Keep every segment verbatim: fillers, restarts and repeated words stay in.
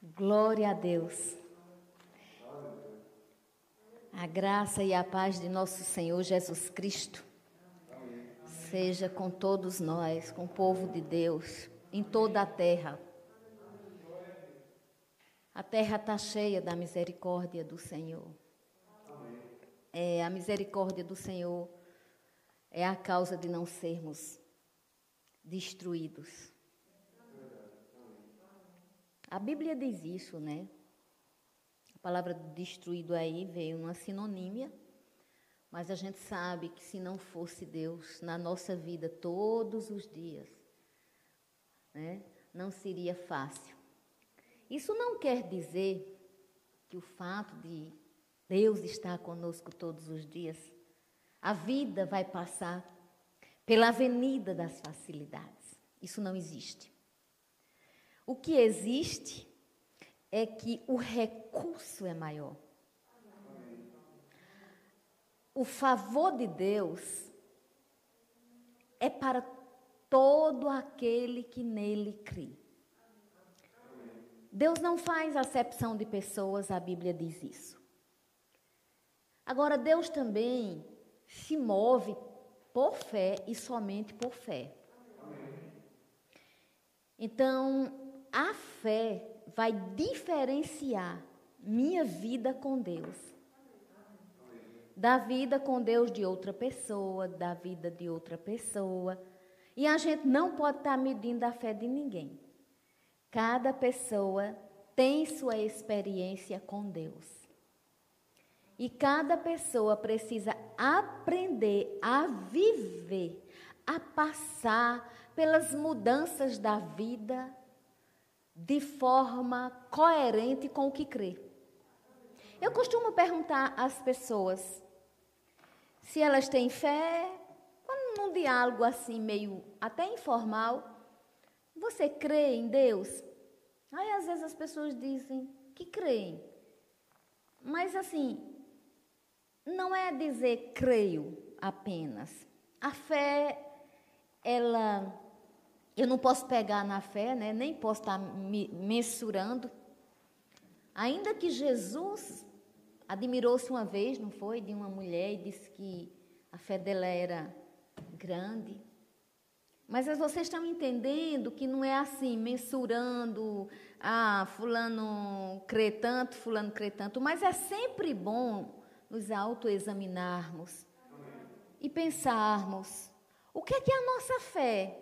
Glória a Deus. A graça e a paz de nosso Senhor Jesus Cristo seja com todos nós, com o povo de Deus, em toda a terra. A terra está cheia da misericórdia do Senhor. É, a misericórdia do Senhor é a causa de não sermos destruídos. A Bíblia diz isso, né? A palavra destruído aí veio uma sinonímia, mas a gente sabe que se não fosse Deus na nossa vida todos os dias, né, não seria fácil. Isso não quer dizer que o fato de Deus estar conosco todos os dias, a vida vai passar pela avenida das facilidades. Isso não existe. O que existe é que o recurso é maior. O favor de Deus é para todo aquele que nele crê. Deus não faz acepção de pessoas, a Bíblia diz isso. Agora, Deus também se move por fé e somente por fé. Então, a fé vai diferenciar minha vida com Deus, da vida com Deus de outra pessoa, da vida de outra pessoa. E a gente não pode estar medindo a fé de ninguém. Cada pessoa tem sua experiência com Deus. E cada pessoa precisa aprender a viver, a passar pelas mudanças da vida de forma coerente com o que crê. Eu costumo perguntar às pessoas se elas têm fé, quando num diálogo assim meio até informal, você crê em Deus? Aí às vezes as pessoas dizem que creem, mas assim, não é dizer creio apenas. A fé, ela, eu não posso pegar na fé, né? Nem posso estar me mensurando. Ainda que Jesus admirou-se uma vez, não foi, de uma mulher e disse que a fé dela era grande. Mas vocês estão entendendo que não é assim, mensurando, ah, fulano crê tanto, fulano crê tanto, mas é sempre bom nos autoexaminarmos e pensarmos, o que é que a nossa fé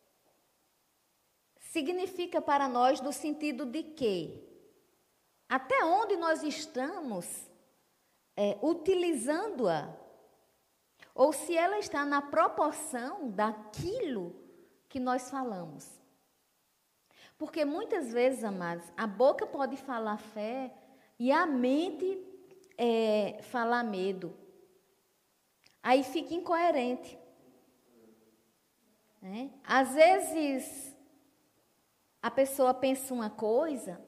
significa para nós no sentido de que até onde nós estamos é, utilizando-a, ou se ela está na proporção daquilo que nós falamos. Porque muitas vezes, amados, a boca pode falar fé e a mente é, falar medo. Aí fica incoerente. Né? Às vezes, a pessoa pensa uma coisa,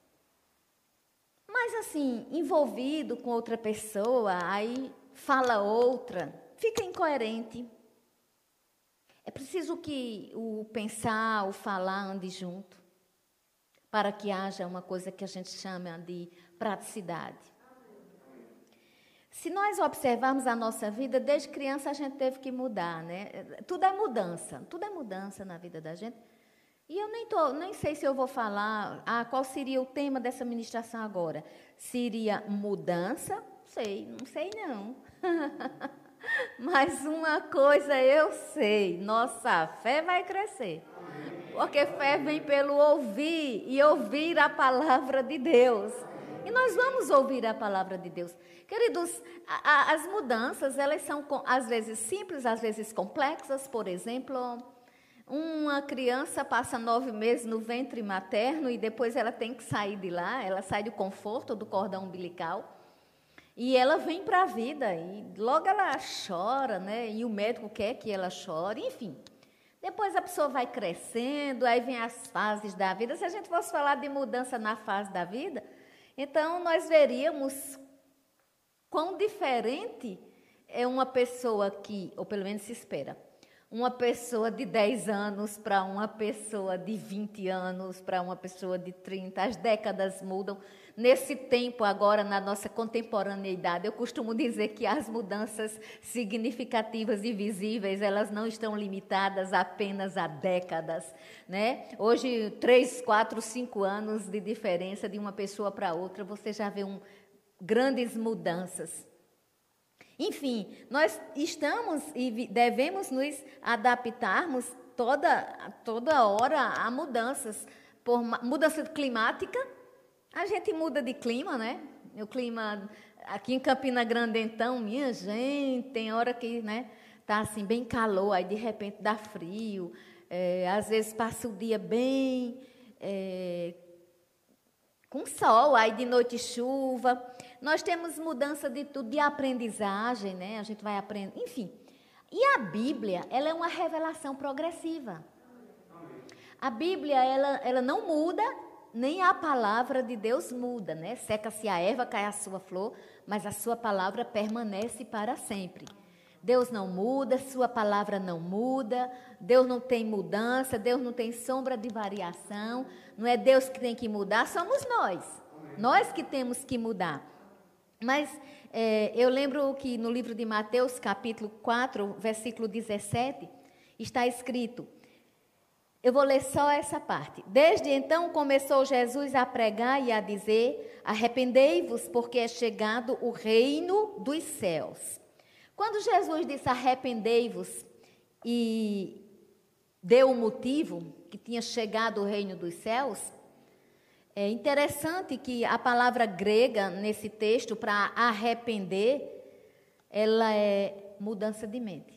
mas assim, envolvido com outra pessoa, aí fala outra, fica incoerente. É preciso que o pensar, o falar ande junto, para que haja uma coisa que a gente chama de praticidade. Se nós observarmos a nossa vida, desde criança a gente teve que mudar, né? Tudo é mudança, tudo é mudança na vida da gente. E eu nem, tô, nem sei se eu vou falar, ah, qual seria o tema dessa ministração agora. Seria mudança? Sei, não sei não. Mas uma coisa eu sei, nossa fé vai crescer. Porque fé vem pelo ouvir e ouvir a palavra de Deus. E nós vamos ouvir a palavra de Deus. Queridos, a, a, as mudanças, elas são às vezes simples, às vezes complexas. Por exemplo, uma criança passa nove meses no ventre materno e depois ela tem que sair de lá, ela sai do conforto do cordão umbilical e ela vem para a vida e logo ela chora, né? E o médico quer que ela chore, enfim. Depois a pessoa vai crescendo, aí vem as fases da vida. Se a gente fosse falar de mudança na fase da vida, então nós veríamos quão diferente é uma pessoa que, ou pelo menos se espera, uma pessoa de dez anos para uma pessoa de vinte anos, para uma pessoa de trinta, as décadas mudam. Nesse tempo agora, na nossa contemporaneidade, eu costumo dizer que as mudanças significativas e visíveis, elas não estão limitadas apenas a décadas, né? Hoje, três, quatro, cinco anos de diferença de uma pessoa para outra, você já vê um, grandes mudanças. Enfim, nós estamos e devemos nos adaptarmos toda, toda hora a mudanças. Por mudança climática, a gente muda de clima, né? O clima aqui em Campina Grande, então, minha gente, tem hora que, né, tá assim bem calor, aí de repente dá frio, é, às vezes passa o dia bem é, com sol, aí de noite chuva. Nós temos mudança de tudo, de aprendizagem, né? A gente vai aprender, enfim. E a Bíblia, ela é uma revelação progressiva. A Bíblia, ela, ela não muda, nem a palavra de Deus muda, né? Seca-se a erva, cai a sua flor, mas a sua palavra permanece para sempre. Deus não muda, sua palavra não muda, Deus não tem mudança, Deus não tem sombra de variação, não é Deus que tem que mudar, somos nós. Nós que temos que mudar. Mas é, eu lembro que no livro de Mateus, capítulo quatro, versículo dezessete, está escrito, eu vou ler só essa parte. Desde então começou Jesus a pregar e a dizer, arrependei-vos, porque é chegado o reino dos céus. Quando Jesus disse arrependei-vos e deu o motivo que tinha chegado o reino dos céus, é interessante que a palavra grega nesse texto para arrepender, ela é mudança de mente.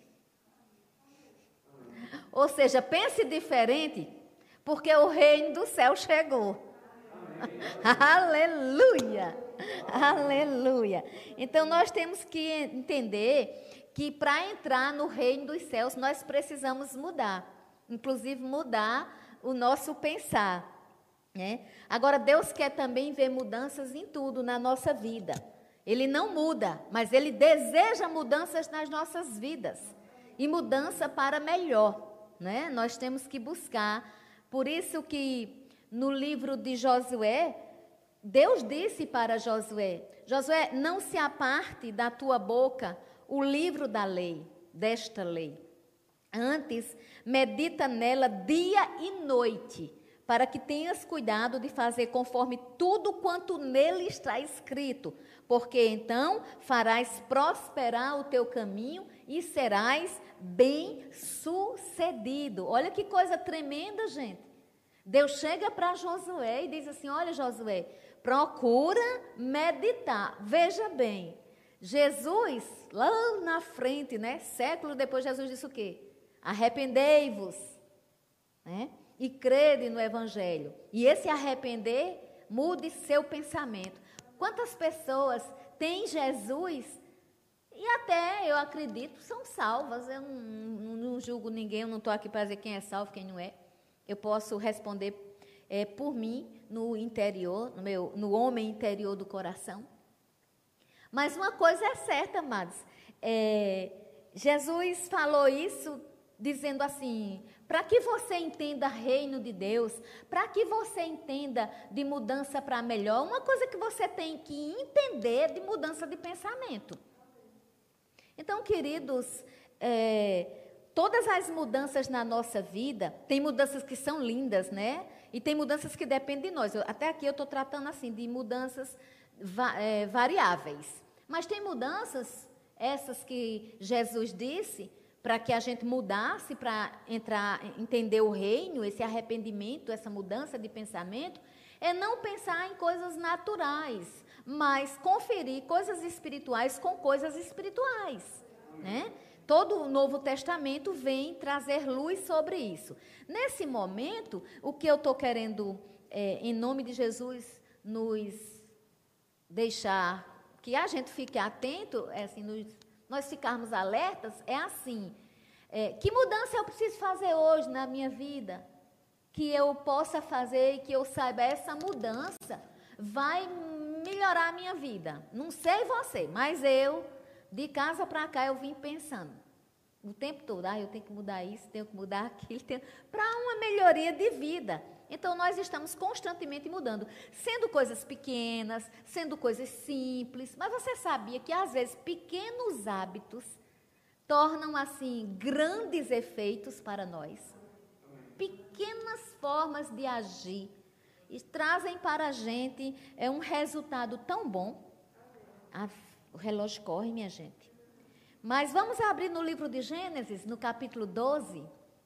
Ou seja, pense diferente, porque o reino do céu chegou. Aleluia! Aleluia! Então nós temos que entender que para entrar no reino dos céus nós precisamos mudar, inclusive mudar o nosso pensar. Né? Agora, Deus quer também ver mudanças em tudo na nossa vida. Ele não muda, mas Ele deseja mudanças nas nossas vidas. E mudança para melhor. Né? Nós temos que buscar. Por isso que no livro de Josué, Deus disse para Josué, Josué, não se aparte da tua boca o livro da lei, desta lei. Antes, medita nela dia e noite, para que tenhas cuidado de fazer conforme tudo quanto nele está escrito, porque então farás prosperar o teu caminho e serás bem-sucedido. Olha que coisa tremenda, gente. Deus chega para Josué e diz assim, olha Josué, procura meditar. Veja bem, Jesus, lá na frente, né, século depois, Jesus disse o quê? Arrependei-vos, né? E crede no Evangelho. E esse arrepender, mude seu pensamento. Quantas pessoas têm Jesus e até, eu acredito, são salvas. Eu não, não, não julgo ninguém, eu não estou aqui para dizer quem é salvo, quem não é. Eu posso responder é, por mim, no interior, no, meu, no homem interior do coração. Mas uma coisa é certa, amados. É, Jesus falou isso dizendo assim, para que você entenda reino de Deus, para que você entenda de mudança para melhor, uma coisa que você tem que entender de mudança de pensamento. Então, queridos, é, todas as mudanças na nossa vida, tem mudanças que são lindas, né? E tem mudanças que dependem de nós. Eu, até aqui eu estou tratando assim de mudanças va, é, variáveis. Mas tem mudanças, essas que Jesus disse, para que a gente mudasse, para entrar, entender o reino, esse arrependimento, essa mudança de pensamento, é não pensar em coisas naturais, mas conferir coisas espirituais com coisas espirituais, né? Todo o Novo Testamento vem trazer luz sobre isso. Nesse momento, o que eu estou querendo, é, em nome de Jesus, nos deixar, que a gente fique atento, é assim, nos nós ficarmos alertas, é assim, é, que mudança eu preciso fazer hoje na minha vida? Que eu possa fazer e que eu saiba, essa mudança vai melhorar a minha vida. Não sei você, mas eu, de casa para cá, eu vim pensando. o tempo todo, ah, eu tenho que mudar isso, tenho que mudar aquilo, para uma melhoria de vida. Então, nós estamos constantemente mudando, sendo coisas pequenas, sendo coisas simples, mas você sabia que, às vezes, pequenos hábitos tornam, assim, grandes efeitos para nós? Pequenas formas de agir e trazem para a gente é, um resultado tão bom. Ah, o relógio corre, minha gente. Mas vamos abrir no livro de Gênesis, no capítulo doze.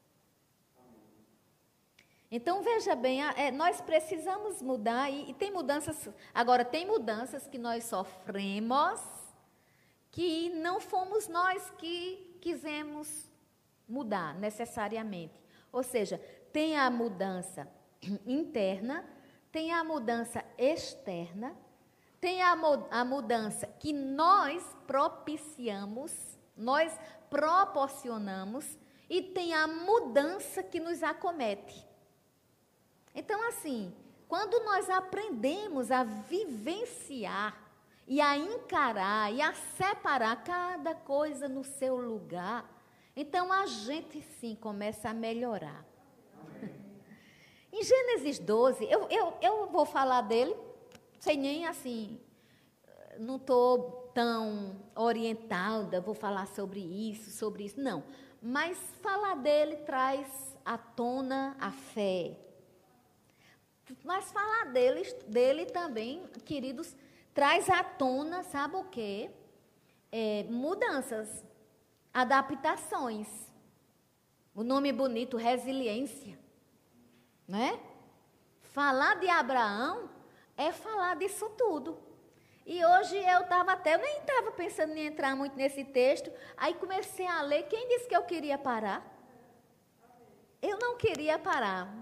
Então, veja bem, é, nós precisamos mudar, e, e tem mudanças, agora tem mudanças que nós sofremos, que não fomos nós que quisemos mudar necessariamente. Ou seja, tem a mudança interna, tem a mudança externa, tem a, a mudança que nós propiciamos, nós proporcionamos, e tem a mudança que nos acomete. Então, assim, quando nós aprendemos a vivenciar e a encarar e a separar cada coisa no seu lugar, então a gente sim começa a melhorar. Em Gênesis doze, eu, eu, eu vou falar dele, sem nem assim, não estou tão orientada, vou falar sobre isso, sobre isso, não. Mas falar dele traz à tona a fé. Mas falar dele, dele também, queridos, traz à tona, sabe o quê? É, mudanças, adaptações. O nome bonito, resiliência. Né? Falar de Abraão é falar disso tudo. E hoje eu estava até, eu nem estava pensando em entrar muito nesse texto, aí comecei a ler. Quem disse que eu queria parar? Eu não queria parar.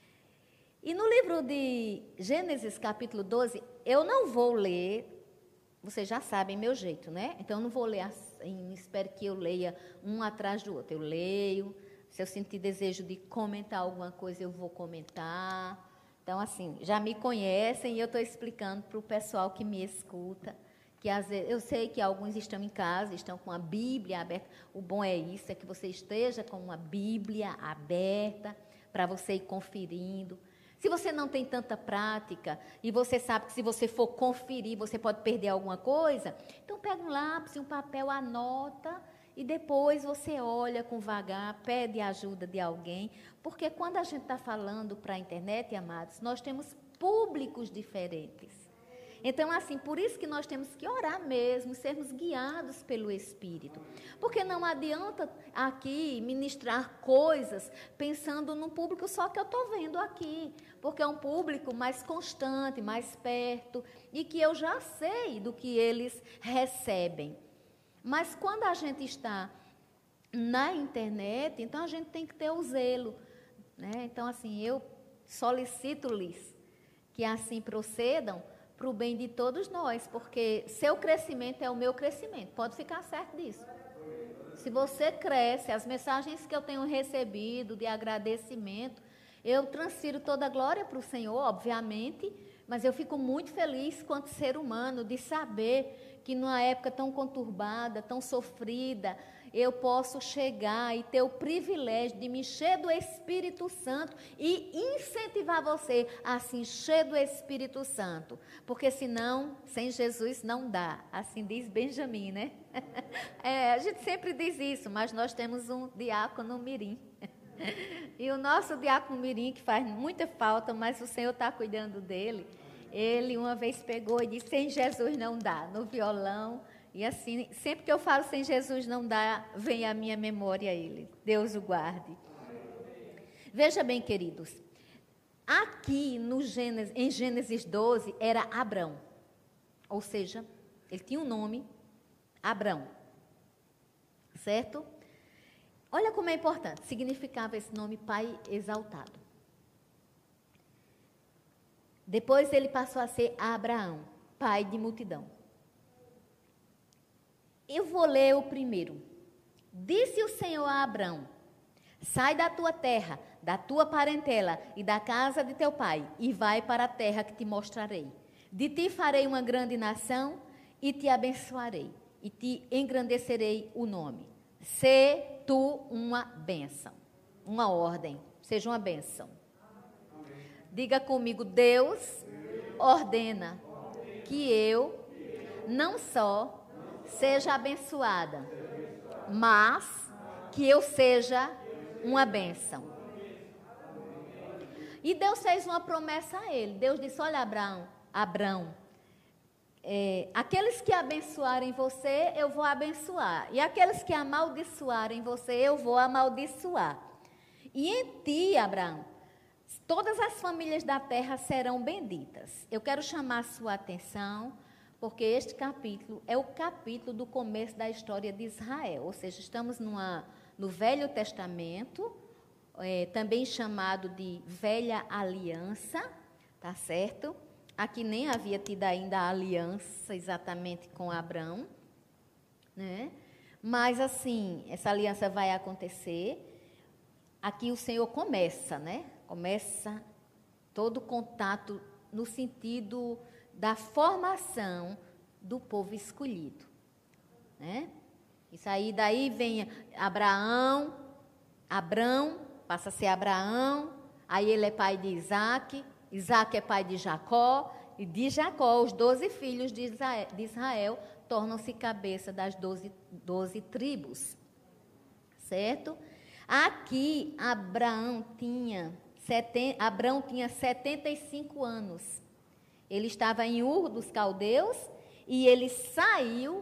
E no livro de Gênesis, capítulo doze, eu não vou ler, vocês já sabem meu jeito, né? Então, eu não vou ler assim, espero que eu leia um atrás do outro. Eu leio, se eu sentir desejo de comentar alguma coisa, eu vou comentar. Então, assim, já me conhecem e eu estou explicando para o pessoal que me escuta, que às vezes, eu sei que alguns estão em casa, estão com a Bíblia aberta. O bom é isso, é que você esteja com uma Bíblia aberta para você ir conferindo. Se você não tem tanta prática e você sabe que se você for conferir, você pode perder alguma coisa, então pega um lápis e um papel, anota e depois você olha com vagar, pede ajuda de alguém, porque quando a gente está falando para a internet, amados, nós temos públicos diferentes. Então, assim, por isso que nós temos que orar mesmo, sermos guiados pelo Espírito. Porque não adianta aqui ministrar coisas pensando num público só que eu estou vendo aqui. Porque é um público mais constante, mais perto, e que eu já sei do que eles recebem. Mas quando a gente está na internet, então a gente tem que ter o zelo. Né? Então, assim, eu solicito-lhes que assim procedam, para o bem de todos nós, porque seu crescimento é o meu crescimento, pode ficar certo disso. Se você cresce, as mensagens que eu tenho recebido de agradecimento, eu transfiro toda a glória para o Senhor, obviamente, mas eu fico muito feliz quanto ser humano de saber que numa época tão conturbada, tão sofrida, eu posso chegar e ter o privilégio de me encher do Espírito Santo e incentivar você a se encher do Espírito Santo. Porque senão, sem Jesus não dá. Assim diz Benjamin, né? É, a gente sempre diz isso, mas nós temos um diácono mirim. E o nosso diácono mirim, que faz muita falta, mas o Senhor está cuidando dele, ele uma vez pegou e disse, sem Jesus não dá, no violão. E assim, sempre que eu falo sem Jesus não dá, vem à minha memória ele. Deus o guarde. Veja bem, queridos. Aqui no Gênesis, em Gênesis doze, era Abrão. Ou seja, ele tinha um nome, Abrão. Certo? Olha como é importante. Significava esse nome Pai Exaltado. Depois ele passou a ser Abraão, pai de multidão. Eu vou ler o primeiro. Disse o Senhor a Abrão, sai da tua terra, da tua parentela e da casa de teu pai, e vai para a terra que te mostrarei. De ti farei uma grande nação, e te abençoarei, e te engrandecerei o nome. Sê tu uma bênção, uma ordem, seja uma bênção. Diga comigo, Deus ordena que eu não só seja abençoada, mas que eu seja uma bênção. E Deus fez uma promessa a ele. Deus disse, olha, Abraão, Abraão, é, aqueles que abençoarem você, eu vou abençoar. E aqueles que amaldiçoarem você, eu vou amaldiçoar. E em ti, Abraão, todas as famílias da terra serão benditas. Eu quero chamar a sua atenção, porque este capítulo é o capítulo do começo da história de Israel. Ou seja, estamos numa, no Velho Testamento, é, também chamado de Velha Aliança, tá certo? Aqui nem havia tido ainda a aliança exatamente com Abraão, né? Mas assim, essa aliança vai acontecer. Aqui o Senhor começa, né? Começa todo o contato no sentido da formação do povo escolhido, né? Isso aí, daí vem Abraão, Abrão, passa a ser Abraão, aí ele é pai de Isaac, Isaac é pai de Jacó, e de Jacó, os doze filhos de Israel, de Israel tornam-se cabeça das doze, doze tribos, certo? Aqui, Abraão tinha, seten, Abraão tinha setenta e cinco anos. Ele estava em Ur dos Caldeus e ele saiu,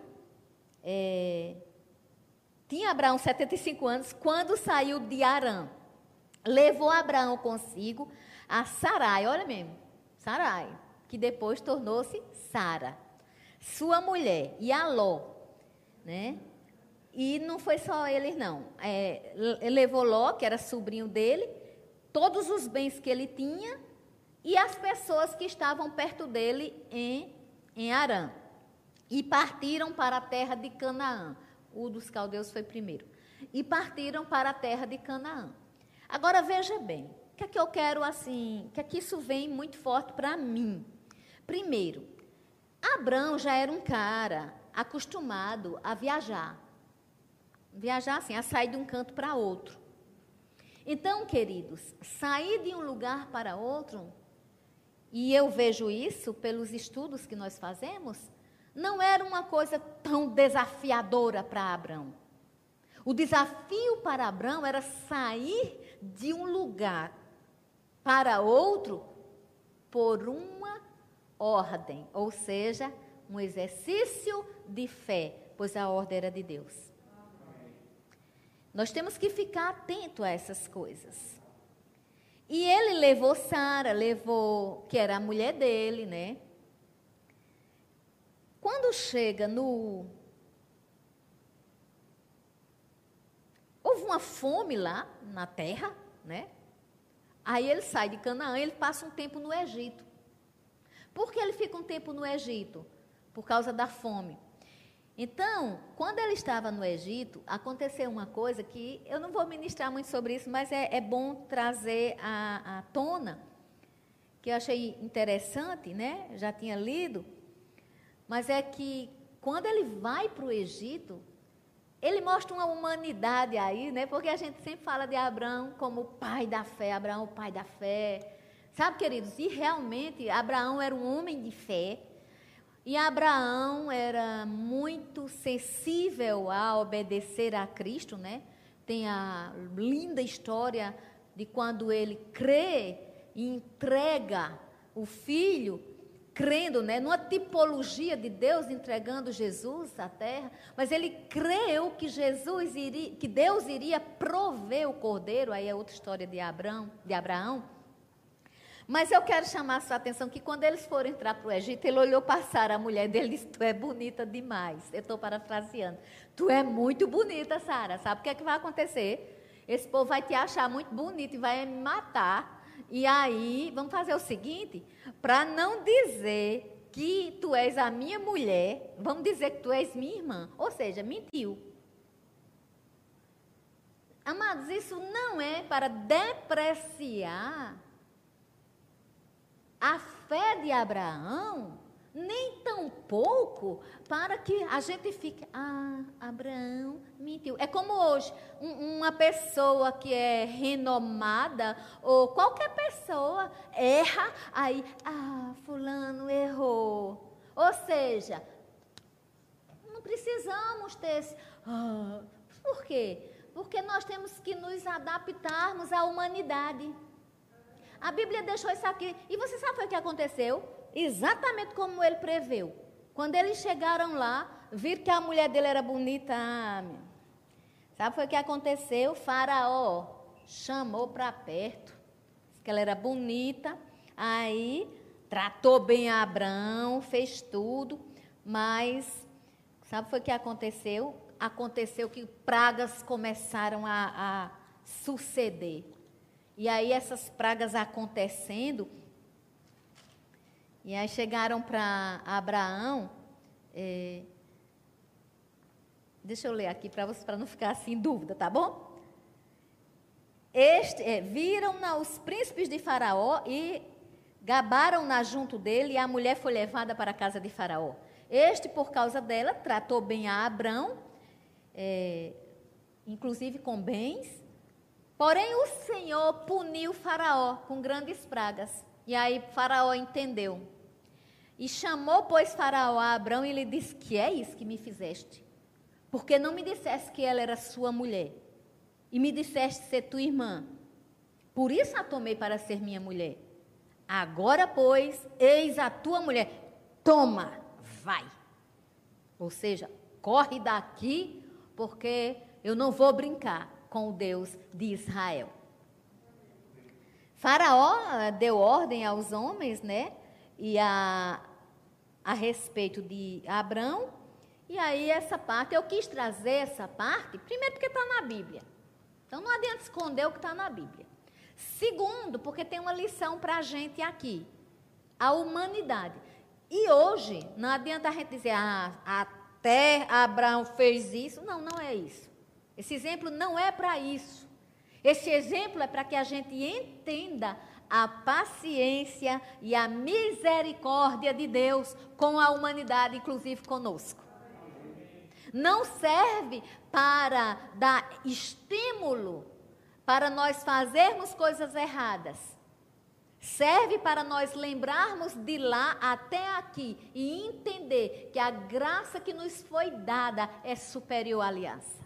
é, tinha Abraão setenta e cinco anos, quando saiu de Harã. Levou Abraão consigo a Sarai, olha mesmo, Sarai, que depois tornou-se Sara, sua mulher, e a Ló, né? E não foi só eles, não. É, levou Ló, que era sobrinho dele, todos os bens que ele tinha e as pessoas que estavam perto dele em, em Harã. E partiram para a terra de Canaã. O dos caldeus foi primeiro. E partiram para a terra de Canaã. Agora, veja bem, o que é que eu quero, assim, o que é que isso vem muito forte para mim? Primeiro, Abraão já era um cara acostumado a viajar. Viajar assim, a sair de um canto para outro. Então, queridos, sair de um lugar para outro, e eu vejo isso pelos estudos que nós fazemos, não era uma coisa tão desafiadora para Abraão. O desafio para Abraão era sair de um lugar para outro por uma ordem, ou seja, um exercício de fé, pois a ordem era de Deus. Nós temos que ficar atento a essas coisas. E ele levou Sara, levou, que era a mulher dele, né? Quando chega no... Houve uma fome lá na terra, né? Aí ele sai de Canaã e ele passa um tempo no Egito. Por que ele fica um tempo no Egito? Por causa da fome. Então, quando ele estava no Egito, aconteceu uma coisa que eu não vou ministrar muito sobre isso, mas é, é bom trazer à, à tona, que eu achei interessante, né? Já tinha lido, mas é que quando ele vai para o Egito, ele mostra uma humanidade aí, né? Porque a gente sempre fala de Abraão como o pai da fé, Abraão o pai da fé. Sabe, queridos, e realmente Abraão era um homem de fé, e Abraão era muito sensível a obedecer a Cristo, né? Tem a linda história de quando ele crê e entrega o filho, crendo, né, numa tipologia de Deus entregando Jesus à terra, mas ele creu que Jesus iria, que Deus iria prover o cordeiro, aí é outra história de Abraão, de Abraão. Mas eu quero chamar a sua atenção que quando eles foram entrar para o Egito, ele olhou para Sara, a mulher dele, e disse, tu é bonita demais. Eu estou parafraseando. Tu é muito bonita, Sara. Sabe o que é que vai acontecer? Esse povo vai te achar muito bonita e vai me matar. E aí, vamos fazer o seguinte, para não dizer que tu és a minha mulher, vamos dizer que tu és minha irmã. Ou seja, mentiu. Amados, isso não é para depreciar a fé de Abraão, nem tão pouco para que a gente fique, ah, Abraão mentiu. É como hoje, um, uma pessoa que é renomada, ou qualquer pessoa erra, aí, ah, fulano errou. Ou seja, não precisamos ter esse, ah, por quê? Porque nós temos que nos adaptarmos à humanidade. A Bíblia deixou isso aqui. E você sabe o que aconteceu? Exatamente como ele preveu. Quando eles chegaram lá, viram que a mulher dele era bonita. Ah, sabe o que aconteceu? Faraó chamou para perto. Disse que ela era bonita. Aí tratou bem a Abraão, fez tudo. Mas sabe o que aconteceu? Aconteceu que pragas começaram a, a suceder. E aí essas pragas acontecendo, e aí chegaram para Abraão, é, deixa eu ler aqui para vocês, para não ficar assim em dúvida, tá bom? Este, é, viram-na os príncipes de Faraó e gabaram-na junto dele, e a mulher foi levada para a casa de Faraó. Este, por causa dela, tratou bem a Abrão, é, inclusive com bens. Porém, o Senhor puniu Faraó com grandes pragas. E aí Faraó entendeu. E chamou, pois, Faraó a Abrão e lhe disse, que é isso que me fizeste? Porque não me disseste que ela era sua mulher, e me disseste ser tua irmã. Por isso a tomei para ser minha mulher. Agora, pois, eis a tua mulher. Toma, vai. Ou seja, corre daqui, porque eu não vou brincar com o Deus de Israel. Faraó deu ordem aos homens, né? E a, a respeito de Abrão. E aí essa parte, eu quis trazer essa parte, primeiro porque está na Bíblia. Então não adianta esconder o que está na Bíblia. Segundo, porque tem uma lição para a gente aqui. A humanidade. E hoje, não adianta a gente dizer, ah, até Abraão fez isso. Não, não é isso. Esse exemplo não é para isso. Esse exemplo é para que a gente entenda a paciência e a misericórdia de Deus com a humanidade, inclusive conosco. Não serve para dar estímulo para nós fazermos coisas erradas. Serve para nós lembrarmos de lá até aqui e entender que a graça que nos foi dada é superior à aliança.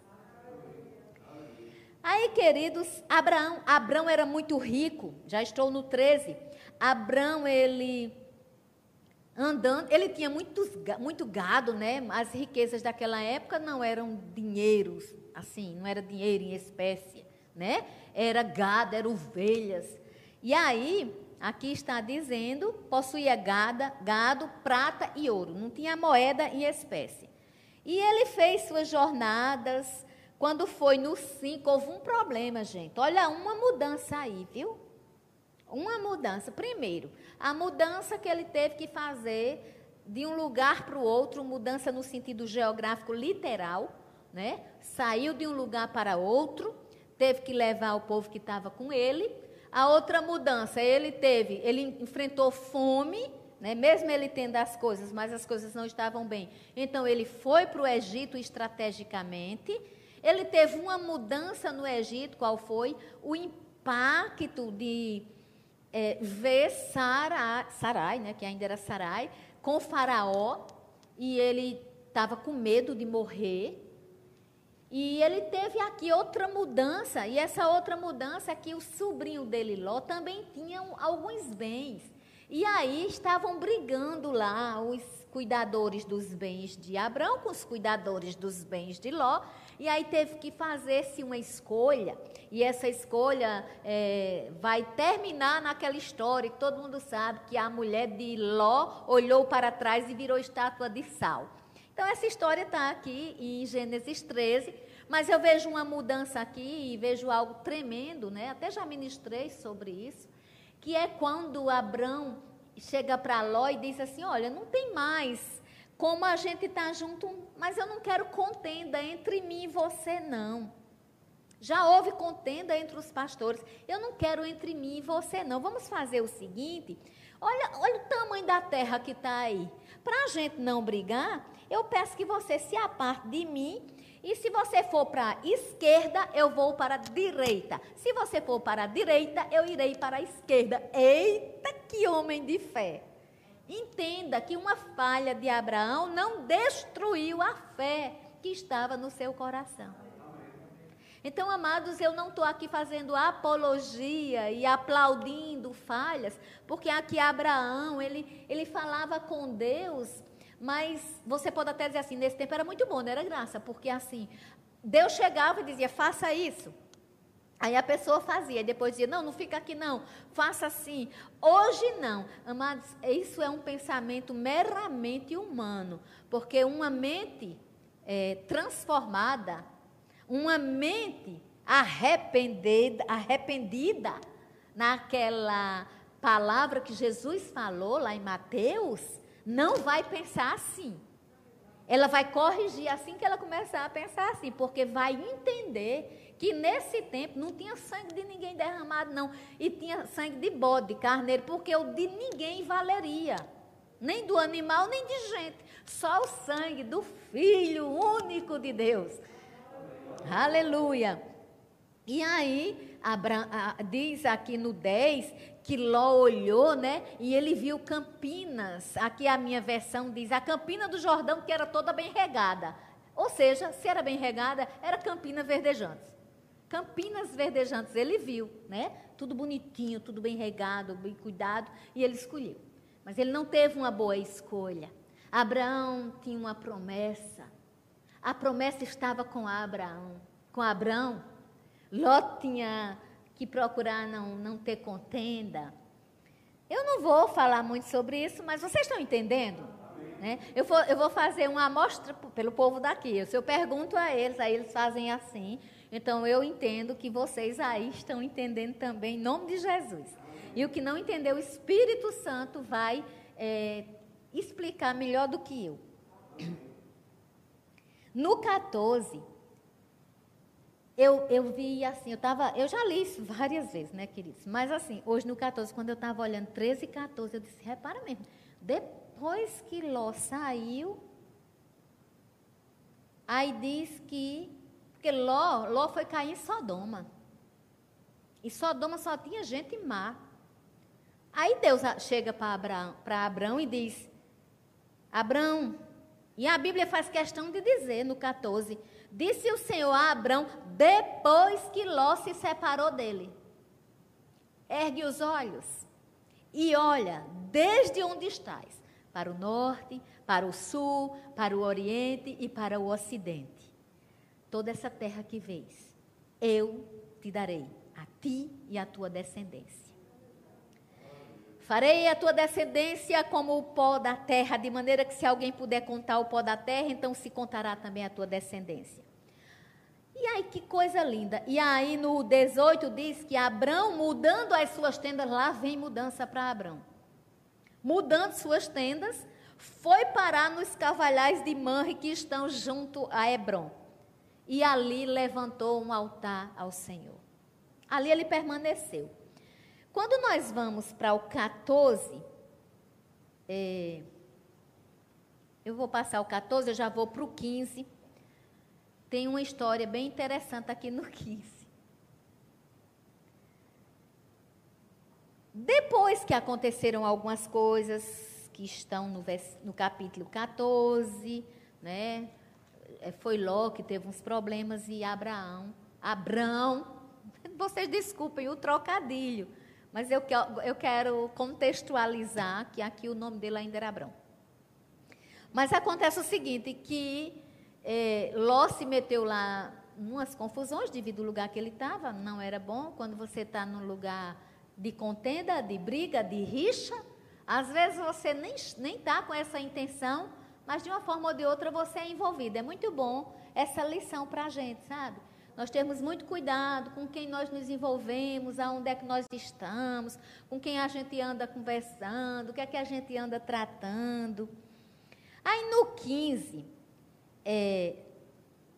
Aí, queridos, Abraão, Abrão era muito rico, já estou no treze. Abrão, ele andando, ele tinha muitos, muito gado, né? As riquezas daquela época não eram dinheiros, assim, não era dinheiro em espécie, né? Era gado, eram ovelhas. E aí, aqui está dizendo, possuía gado, gado, prata e ouro, não tinha moeda em espécie. E ele fez suas jornadas. Quando foi no cinco, houve um problema, gente. Olha, uma mudança aí, viu? Uma mudança. Primeiro, a mudança que ele teve que fazer de um lugar para o outro, mudança no sentido geográfico literal, né? Saiu de um lugar para outro, teve que levar o povo que estava com ele. A outra mudança, ele teve, ele enfrentou fome, né? Mesmo ele tendo as coisas, mas as coisas não estavam bem. Então, ele foi para o Egito estrategicamente. Ele teve uma mudança no Egito, qual foi? O impacto de é, ver Sarai, Sarai, né, que ainda era Sarai, com Faraó, e ele estava com medo de morrer. E ele teve aqui outra mudança, e essa outra mudança é que o sobrinho dele, Ló, também tinha alguns bens. E aí estavam brigando lá os cuidadores dos bens de Abrão com os cuidadores dos bens de Ló. E aí teve que fazer-se uma escolha, e essa escolha é, vai terminar naquela história que todo mundo sabe, que a mulher de Ló olhou para trás e virou estátua de sal. Então essa história está aqui em Gênesis treze, mas eu vejo uma mudança aqui e vejo algo tremendo, né? Até já ministrei sobre isso, que é quando Abrão chega para Ló e diz assim, olha, não tem mais como a gente está junto, mas eu não quero contenda entre mim e você, não. Já houve contenda entre os pastores. Eu não quero entre mim e você, não. Vamos fazer o seguinte, olha, olha o tamanho da terra que está aí. Para a gente não brigar, eu peço que você se aparte de mim. E se você for para a esquerda, eu vou para a direita. Se você for para a direita, eu irei para a esquerda. Eita, que homem de fé! Entenda que uma falha de Abraão não destruiu a fé que estava no seu coração. Então, amados, eu não estou aqui fazendo apologia e aplaudindo falhas, porque aqui Abraão, ele, ele falava com Deus. Mas você pode até dizer assim, nesse tempo era muito bom, não era graça, porque assim, Deus chegava e dizia, faça isso. Aí a pessoa fazia, e depois dizia, não, não fica aqui não, faça assim. Hoje não, amados, isso é um pensamento meramente humano, porque uma mente é, transformada, uma mente arrependida, arrependida naquela palavra que Jesus falou lá em Mateus, não vai pensar assim. Ela vai corrigir assim que ela começar a pensar assim, porque vai entender que nesse tempo não tinha sangue de ninguém derramado, não. E tinha sangue de bode, de carneiro, porque o de ninguém valeria. Nem do animal, nem de gente. Só o sangue do Filho único de Deus. Aleluia. E aí, Abra, a, diz aqui no dez, que Ló olhou, né, e ele viu campinas. Aqui a minha versão diz, a campina do Jordão que era toda bem regada. Ou seja, se era bem regada, era campinas verdejantes. Campinas verdejantes, ele viu, né, tudo bonitinho, tudo bem regado, bem cuidado, e ele escolheu. Mas ele não teve uma boa escolha. Abraão tinha uma promessa. A promessa estava com Abraão, com Abraão. Ló tinha que procurar não, não ter contenda. Eu não vou falar muito sobre isso, mas vocês estão entendendo? Né? Eu, vou, eu vou fazer uma amostra pelo povo daqui. Se eu pergunto a eles, aí eles fazem assim. Então, eu entendo que vocês aí estão entendendo também, em nome de Jesus. E o que não entendeu, o Espírito Santo vai é, explicar melhor do que eu. No catorze... Eu, eu vi assim, eu, tava, eu já li isso várias vezes, né, queridos? Mas assim, hoje no catorze, quando eu estava olhando treze e catorze, eu disse, repara mesmo, depois que Ló saiu, aí diz que, porque Ló, Ló foi cair em Sodoma. E Sodoma só tinha gente má. Aí Deus chega para Abraão, para Abraão e diz, Abraão, e a Bíblia faz questão de dizer no catorze, disse o Senhor a Abraão, depois que Ló se separou dele. Ergue os olhos e olha, desde onde estás, para o norte, para o sul, para o oriente e para o ocidente. Toda essa terra que vês, eu te darei, a ti e à tua descendência. Farei a tua descendência como o pó da terra, de maneira que se alguém puder contar o pó da terra, então se contará também a tua descendência. E aí, que coisa linda. E aí, no dezoito, diz que Abrão, mudando as suas tendas, lá vem mudança para Abrão. Mudando suas tendas, foi parar nos cavalhais de Manre que estão junto a Hebrom. E ali levantou um altar ao Senhor. Ali ele permaneceu. Quando nós vamos para o catorze, é, eu vou passar o catorze, eu já vou para o quinze. Tem uma história bem interessante aqui no quinze. Depois que aconteceram algumas coisas que estão no, vers, no capítulo catorze, né? Foi Ló que teve uns problemas e Abraão, Abrão, vocês desculpem o trocadilho, mas eu, eu quero contextualizar que aqui o nome dele ainda era Abrão. Mas acontece o seguinte, que é, Ló se meteu lá em umas confusões devido ao lugar que ele estava, não era bom. Quando você está num lugar de contenda, de briga, de rixa, às vezes você nem nem está com essa intenção, mas de uma forma ou de outra você é envolvido. É muito bom essa lição para a gente, sabe? Nós temos muito cuidado com quem nós nos envolvemos, aonde é que nós estamos, com quem a gente anda conversando, o que é que a gente anda tratando. Aí no quinze, é,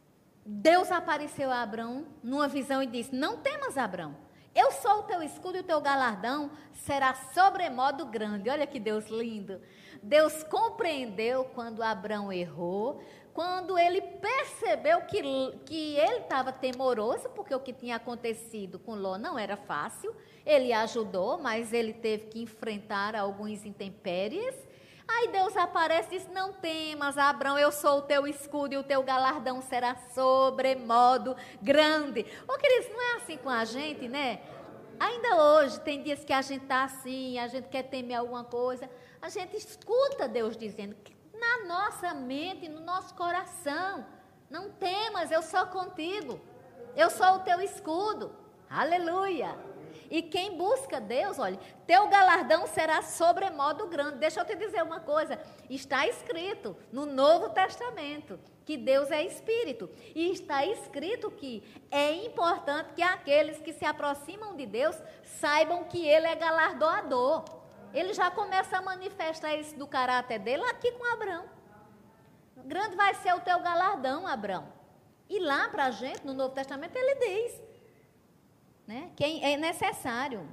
Deus apareceu a Abrão numa visão e disse: não temas, Abrão, eu sou o teu escudo e o teu galardão será sobremodo grande. Olha que Deus lindo. Deus compreendeu quando Abrão errou, quando ele percebeu que, que ele estava temoroso, porque o que tinha acontecido com Ló não era fácil. Ele ajudou, mas ele teve que enfrentar alguns intempéries. Aí Deus aparece e diz: não temas, Abrão, eu sou o teu escudo e o teu galardão será sobremodo grande. Ô, queridos, não é assim com a gente, né? Ainda hoje, tem dias que a gente está assim, a gente quer temer alguma coisa, a gente escuta Deus dizendo, na nossa mente, no nosso coração: não temas, eu sou contigo, eu sou o teu escudo. Aleluia! E quem busca Deus, olha, teu galardão será sobremodo grande. Deixa eu te dizer uma coisa, está escrito no Novo Testamento que Deus é Espírito. E está escrito que é importante que aqueles que se aproximam de Deus saibam que Ele é galardoador. Ele já começa a manifestar isso do caráter dele aqui com Abrão. Grande vai ser o teu galardão, Abrão. E lá para a gente, no Novo Testamento, ele diz, né, que é necessário.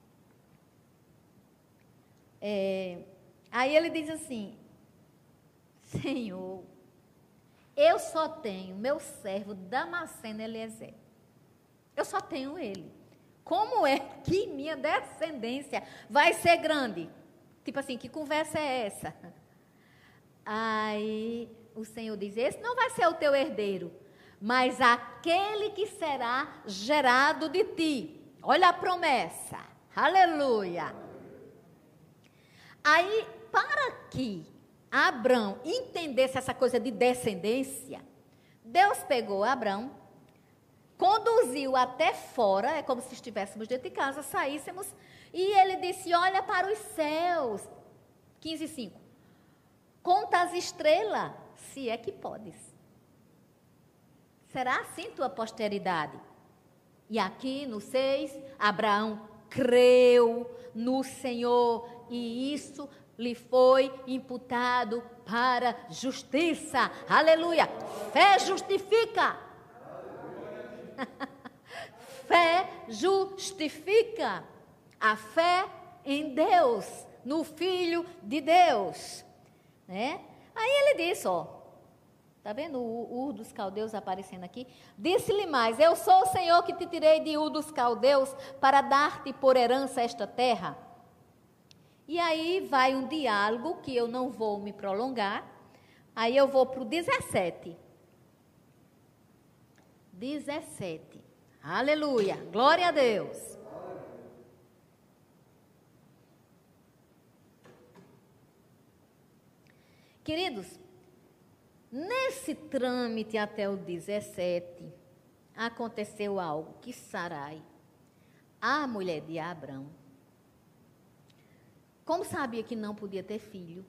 É, aí ele diz assim: Senhor, eu só tenho meu servo Damasceno Eliezer. Eu só tenho ele. Como é que minha descendência vai ser grande? Tipo assim, que conversa é essa? Aí o Senhor diz: esse não vai ser o teu herdeiro, mas aquele que será gerado de ti. Olha a promessa. Aleluia. Aí, para que Abrão entendesse essa coisa de descendência, Deus pegou Abrão, conduziu até fora, é como se estivéssemos dentro de casa, saíssemos, e ele disse: olha para os céus. quinze, cinco. Conta as estrelas, se é que podes. Será assim tua posteridade. E aqui no seis, Abraão creu no Senhor e isso lhe foi imputado para justiça. Aleluia! Fé justifica. Fé justifica. A fé em Deus, no Filho de Deus. Né? Aí ele disse, ó. Está vendo o Ur dos Caldeus aparecendo aqui? Disse-lhe mais: eu sou o Senhor que te tirei de Ur dos Caldeus para dar-te por herança esta terra. E aí vai um diálogo que eu não vou me prolongar. Aí eu vou para o dezessete. dezessete. Aleluia. Glória a Deus. Queridos, nesse trâmite até o dezessete, aconteceu algo que Sarai, a mulher de Abrão, como sabia que não podia ter filho,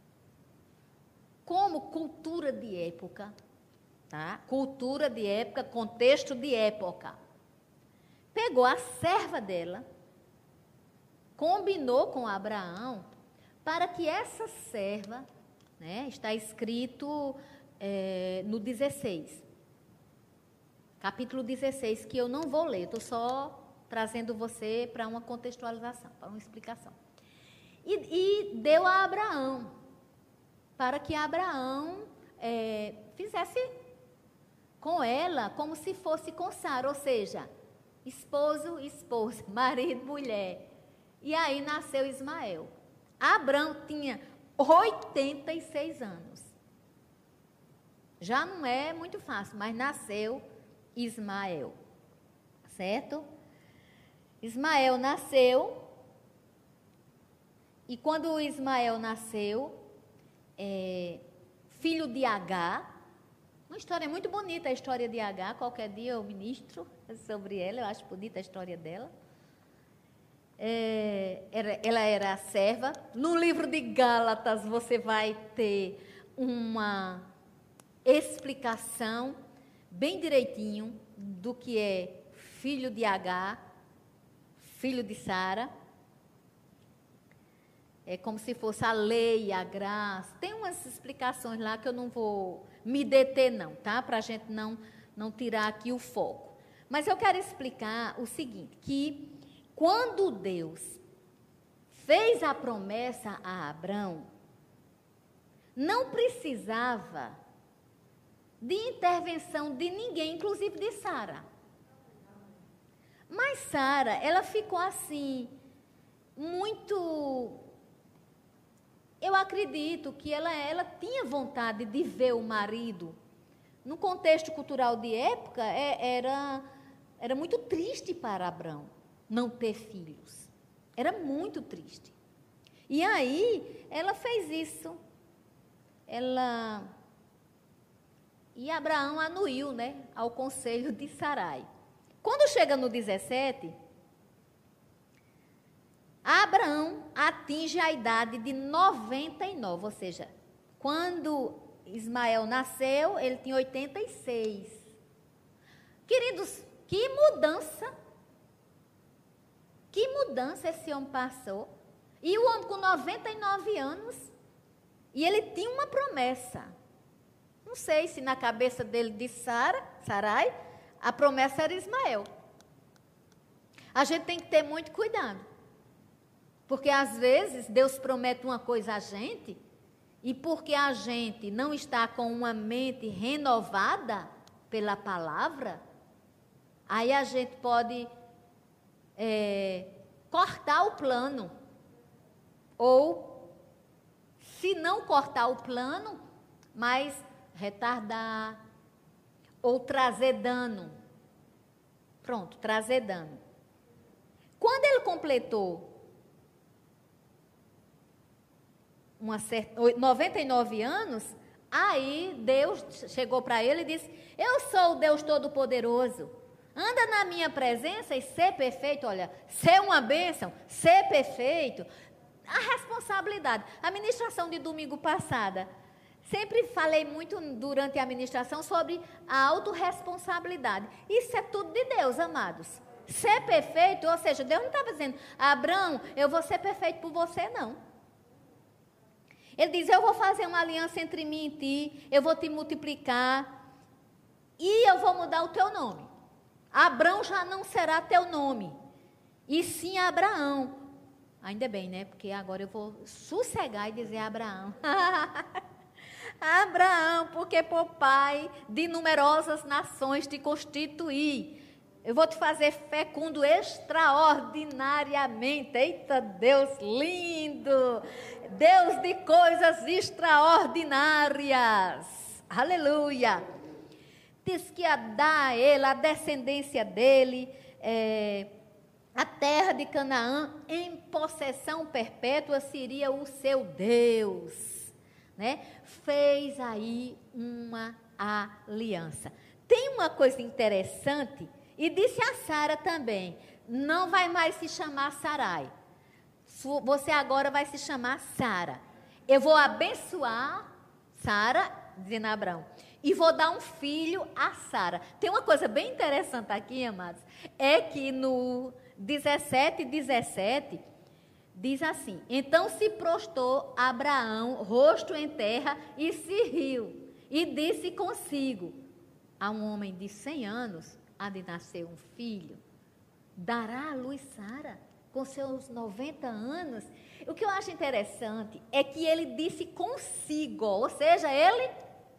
como cultura de época, tá? Cultura de época, contexto de época, pegou a serva dela, combinou com Abraão para que essa serva, né, está escrito é, no dezesseis, capítulo dezesseis, que eu não vou ler, estou só trazendo você para uma contextualização, para uma explicação. E, e deu a Abraão, para que Abraão é, fizesse com ela como se fosse com Sara, ou seja, esposo, esposa, marido, mulher. E aí nasceu Ismael. Abraão tinha oitenta e seis anos. Já não é muito fácil, mas nasceu Ismael, certo? Ismael nasceu, e quando Ismael nasceu, é, filho de Agar, uma história muito bonita, a história de Agar, qualquer dia eu ministro sobre ela, eu acho bonita a história dela. É, era, ela era serva. No livro de Gálatas você vai ter uma explicação bem direitinho do que é filho de Agar, filho de Sara. É como se fosse a lei, a graça. Tem umas explicações lá que eu não vou me deter não, tá? Para a gente não, não tirar aqui o foco. Mas eu quero explicar o seguinte, que quando Deus fez a promessa a Abrão, não precisava de intervenção de ninguém, inclusive de Sara. Mas Sara, ela ficou assim, muito... Eu acredito que ela, ela tinha vontade de ver o marido. No contexto cultural de época, é, era, era muito triste para Abrão não ter filhos. Era muito triste. E aí, ela fez isso. Ela... E Abraão anuiu, né, ao conselho de Sarai. Quando chega no dezessete, Abraão atinge a idade de noventa e nove, ou seja, quando Ismael nasceu, ele tinha oitenta e seis. Queridos, que mudança! Que mudança esse homem passou. E o homem com noventa e nove anos, e ele tinha uma promessa. Não sei se na cabeça dele de Sara, Sarai, a promessa era Ismael. A gente tem que ter muito cuidado. Porque às vezes Deus promete uma coisa a gente, e porque a gente não está com uma mente renovada pela palavra, aí a gente pode é, cortar o plano. Ou, se não cortar o plano, mas retardar, ou trazer dano. Pronto, trazer dano. Quando ele completou uma certa, noventa e nove anos, aí Deus chegou para ele e disse: eu sou o Deus Todo-Poderoso, anda na minha presença e ser perfeito. Olha, ser uma bênção, ser perfeito. A responsabilidade. A ministração de domingo passada, sempre falei muito durante a ministração sobre a autorresponsabilidade. Isso é tudo de Deus, amados. Ser perfeito, ou seja, Deus não estava dizendo: Abrão, eu vou ser perfeito por você, não. Ele diz: eu vou fazer uma aliança entre mim e ti, eu vou te multiplicar e eu vou mudar o teu nome. Abrão já não será teu nome, e sim Abraão. Ainda bem, né? Porque agora eu vou sossegar e dizer Abraão. Abraão, porque por pai de numerosas nações te constituí. Eu vou te fazer fecundo extraordinariamente. Eita, Deus lindo! Deus de coisas extraordinárias. Aleluia! Diz que ia dar a ele, a descendência dele, é, a terra de Canaã, em possessão perpétua, seria o seu Deus. Né? Fez aí uma aliança. Tem uma coisa interessante, e disse a Sara também: não vai mais se chamar Sarai, você agora vai se chamar Sara. Eu vou abençoar Sara, dizendo a Abraão, e vou dar um filho a Sara. Tem uma coisa bem interessante aqui, amados, é que no dezessete, dezessete, diz assim: então se prostrou Abraão, rosto em terra, e se riu, e disse consigo: a um homem de cem anos há de nascer um filho, dará à luz Sara, com seus noventa anos. O que eu acho interessante é que ele disse consigo, ou seja, ele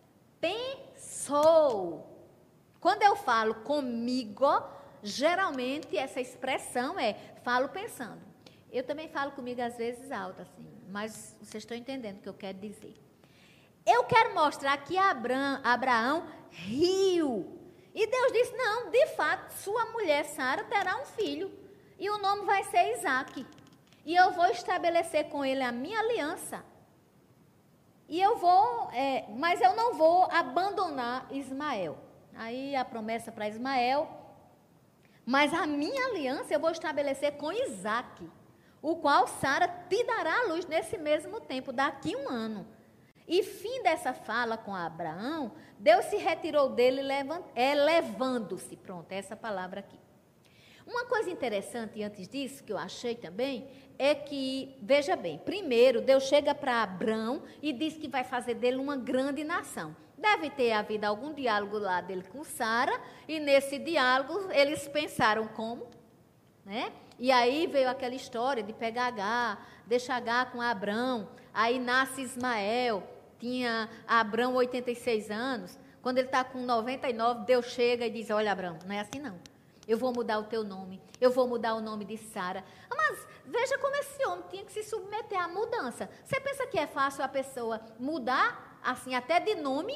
pensou. Quando eu falo comigo, geralmente essa expressão é falo pensando. Eu também falo comigo às vezes alto assim, mas vocês estão entendendo o que eu quero dizer. Eu quero mostrar que Abraão, Abraão riu. E Deus disse: não, de fato, sua mulher Sara terá um filho, e o nome vai ser Isaque. E eu vou estabelecer com ele a minha aliança. E eu vou, é, mas eu não vou abandonar Ismael. Aí a promessa para Ismael, mas a minha aliança eu vou estabelecer com Isaque, o qual Sara te dará a luz nesse mesmo tempo, daqui um ano. E fim dessa fala com Abraão, Deus se retirou dele, elevando-se. Pronto, essa palavra aqui. Uma coisa interessante antes disso, que eu achei também, é que, veja bem, primeiro Deus chega para Abrão e diz que vai fazer dele uma grande nação. Deve ter havido algum diálogo lá dele com Sara, e nesse diálogo eles pensaram como, né? E aí veio aquela história de pegar Agar, deixar Agar com Abrão, aí nasce Ismael, tinha Abrão oitenta e seis anos, quando ele está com noventa e nove, Deus chega e diz, olha Abrão, não é assim não, eu vou mudar o teu nome, eu vou mudar o nome de Sara. Mas veja como esse homem tinha que se submeter à mudança. Você pensa que é fácil a pessoa mudar, assim, até de nome?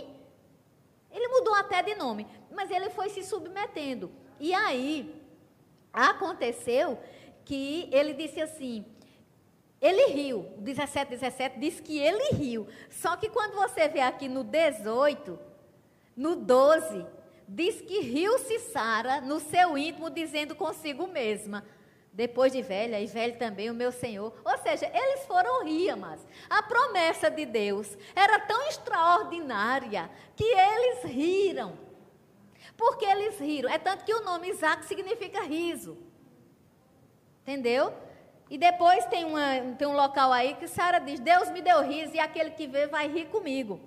Ele mudou até de nome, mas ele foi se submetendo. E aí, aconteceu que ele disse assim, ele riu, o dezessete, dezessete diz que ele riu. Só que quando você vê aqui no dezoito, no doze, diz que riu-se Sara no seu íntimo, dizendo consigo mesma, depois de velha, e velho também o meu Senhor. Ou seja, eles foram rir, mas a promessa de Deus era tão extraordinária que eles riram. Porque eles riram. É tanto que o nome Isaac significa riso. Entendeu? E depois tem, uma, tem um local aí que Sara diz, Deus me deu riso e aquele que vê vai rir comigo.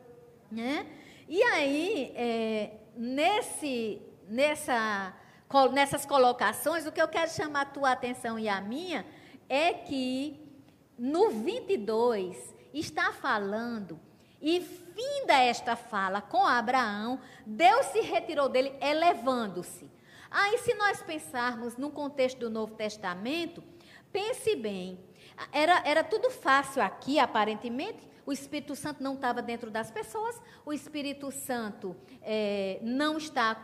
Né? E aí, é, nesse, nessa... nessas colocações, o que eu quero chamar a tua atenção e a minha é que no vinte e dois está falando, e finda esta fala com Abraão, Deus se retirou dele elevando-se. Aí, se nós pensarmos no contexto do Novo Testamento, pense bem, era, era tudo fácil aqui, aparentemente. O Espírito Santo não estava dentro das pessoas, o Espírito Santo é, não está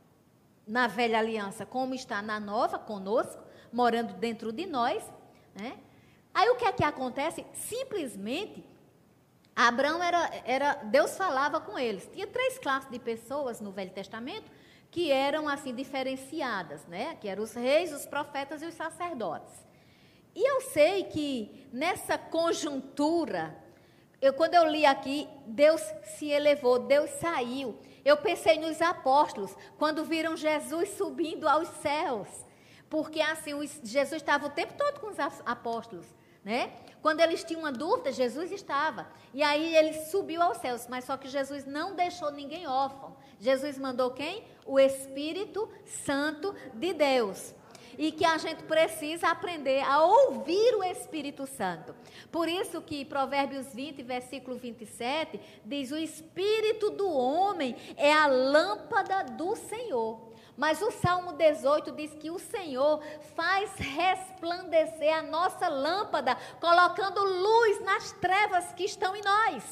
na velha aliança, como está na nova, conosco, morando dentro de nós, né? Aí o que é que acontece? Simplesmente, Abraão era, era, Deus falava com eles. Tinha três classes de pessoas no Velho Testamento que eram assim diferenciadas, né? Que eram os reis, os profetas e os sacerdotes. E eu sei que nessa conjuntura, eu, quando eu li aqui, Deus se elevou, Deus saiu. Eu pensei nos apóstolos, quando viram Jesus subindo aos céus, porque assim, os, Jesus estava o tempo todo com os apóstolos, né? Quando eles tinham uma dúvida, Jesus estava, e aí ele subiu aos céus, mas só que Jesus não deixou ninguém órfão. Jesus mandou quem? O Espírito Santo de Deus. E que a gente precisa aprender a ouvir o Espírito Santo. Por isso que Provérbios vinte, versículo vinte e sete, diz, o Espírito do homem é a lâmpada do Senhor. Mas o Salmo dezoito diz que o Senhor faz resplandecer a nossa lâmpada, colocando luz nas trevas que estão em nós.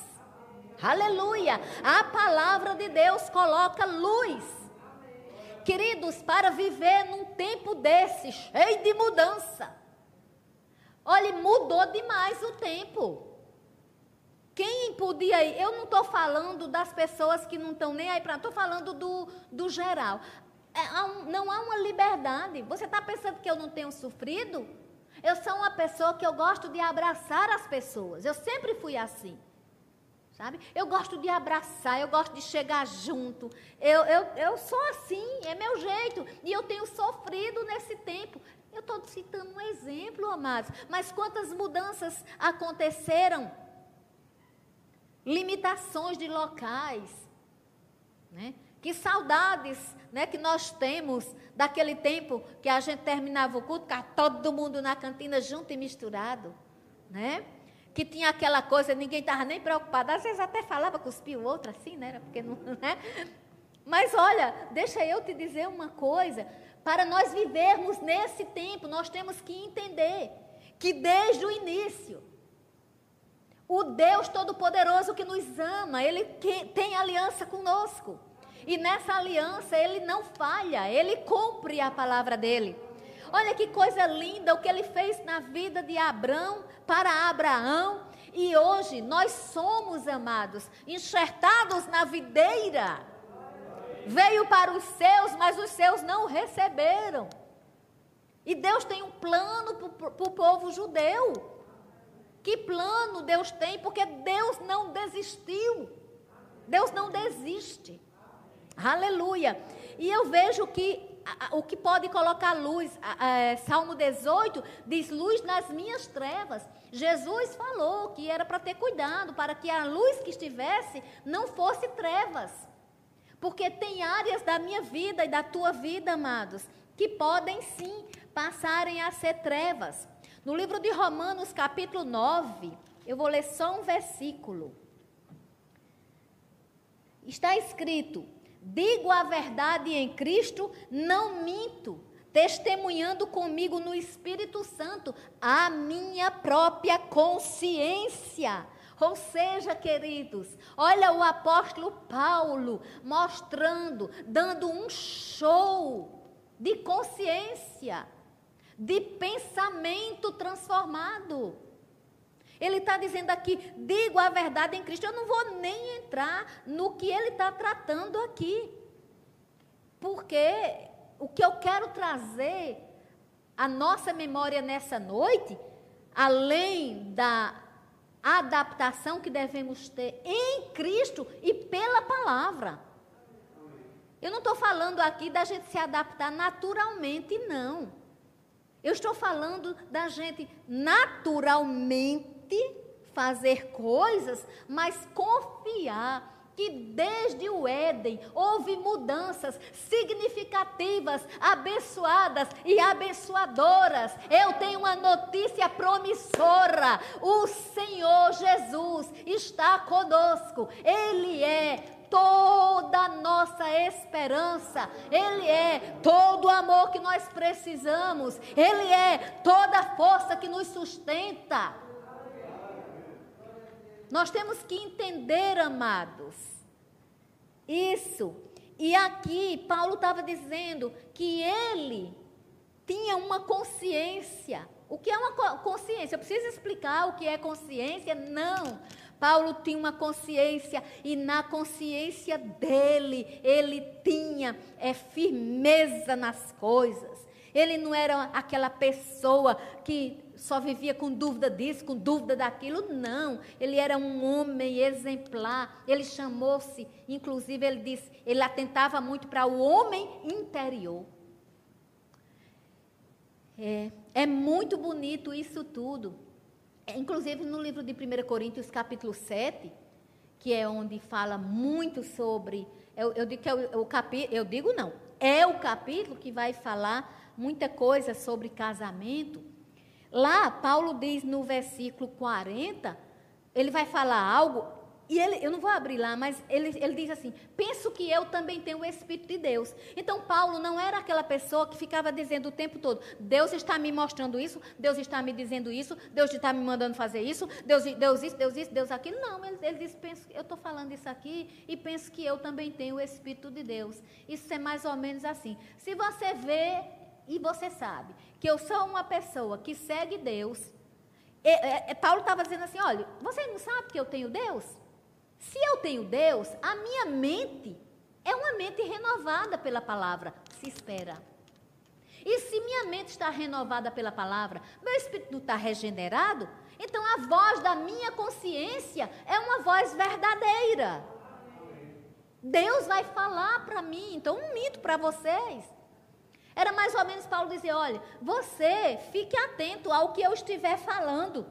Aleluia! A palavra de Deus coloca luz. Queridos, para viver num tempo desse, cheio de mudança. Olha, mudou demais o tempo. Quem podia ir? Eu não estou falando das pessoas que não estão nem aí para... Estou falando do, do geral. É, há um, não há uma liberdade. Você está pensando que eu não tenho sofrido? Eu sou uma pessoa que eu gosto de abraçar as pessoas. Eu sempre fui assim. Sabe? Eu gosto de abraçar, eu gosto de chegar junto, eu, eu, eu sou assim, é meu jeito, e eu tenho sofrido nesse tempo. Eu estou citando um exemplo, amados, mas quantas mudanças aconteceram, limitações de locais, né? Que saudades, né, que nós temos daquele tempo que a gente terminava o culto, ficava todo mundo na cantina junto e misturado, né? Que tinha aquela coisa, ninguém estava nem preocupado. Às vezes até falava, cuspia o outro assim, né? Porque não, né? Mas olha, deixa eu te dizer uma coisa. Para nós vivermos nesse tempo, nós temos que entender que desde o início, o Deus Todo-Poderoso que nos ama, Ele que tem aliança conosco. E nessa aliança Ele não falha, Ele cumpre a palavra dEle. Olha que coisa linda o que Ele fez na vida de Abrão, para Abraão. E hoje nós somos, amados, enxertados na videira. Veio para os seus, mas os seus não o receberam. E Deus tem um plano para o povo judeu. Que plano Deus tem? Porque Deus não desistiu. Deus não desiste. Aleluia. E eu vejo que a, o que pode colocar luz. A, a, Salmo dezoito diz luz nas minhas trevas. Jesus falou que era para ter cuidado, para que a luz que estivesse não fosse trevas. Porque tem áreas da minha vida e da tua vida, amados, que podem sim passarem a ser trevas. No livro de Romanos, capítulo nove, eu vou ler só um versículo. Está escrito: digo a verdade em Cristo, não minto, testemunhando comigo no Espírito Santo a minha própria consciência. Ou seja, queridos, olha o apóstolo Paulo mostrando, dando um show de consciência, de pensamento transformado. Ele está dizendo aqui, digo a verdade em Cristo. Eu não vou nem entrar no que ele está tratando aqui. Porque o que eu quero trazer à nossa memória nessa noite, além da adaptação que devemos ter em Cristo e pela palavra. Eu não estou falando aqui da gente se adaptar naturalmente, não. Eu estou falando da gente naturalmente fazer coisas, mas confiar que desde o Éden houve mudanças significativas, abençoadas e abençoadoras. Eu tenho uma notícia promissora: o Senhor Jesus está conosco. Ele é toda a nossa esperança, Ele é todo o amor que nós precisamos, Ele é toda a força que nos sustenta. Nós temos que entender, amados, isso. E aqui Paulo estava dizendo que ele tinha uma consciência. O que é uma consciência? Eu preciso explicar o que é consciência? Não. Paulo tinha uma consciência, e na consciência dele, ele tinha é, firmeza nas coisas. Ele não era aquela pessoa que só vivia com dúvida disso, com dúvida daquilo, não. Ele era um homem exemplar. Ele chamou-se, inclusive ele disse, ele atentava muito para o homem interior. É, é muito bonito isso tudo. Inclusive no livro de primeira Coríntios, capítulo sete, que é onde fala muito sobre, eu, eu digo que é o, o capítulo, eu digo não, é o capítulo que vai falar muita coisa sobre casamento. Lá, Paulo diz no versículo quarenta, ele vai falar algo, e ele, eu não vou abrir lá, mas ele, ele diz assim, penso que eu também tenho o Espírito de Deus. Então, Paulo não era aquela pessoa que ficava dizendo o tempo todo, Deus está me mostrando isso, Deus está me dizendo isso, Deus está me mandando fazer isso, Deus, Deus isso, Deus isso, Deus aquilo. Não, ele, ele diz, penso, eu estou falando isso aqui e penso que eu também tenho o Espírito de Deus. Isso é mais ou menos assim. Se você vê e você sabe que eu sou uma pessoa que segue Deus, é, é, é, Paulo estava dizendo assim, olha, você não sabe que eu tenho Deus? Se eu tenho Deus, a minha mente é uma mente renovada pela palavra. Se espera. E se minha mente está renovada pela palavra, meu espírito está regenerado, então a voz da minha consciência é uma voz verdadeira. Deus vai falar para mim, então não minto para vocês. Era mais ou menos Paulo dizer, olha, você fique atento ao que eu estiver falando.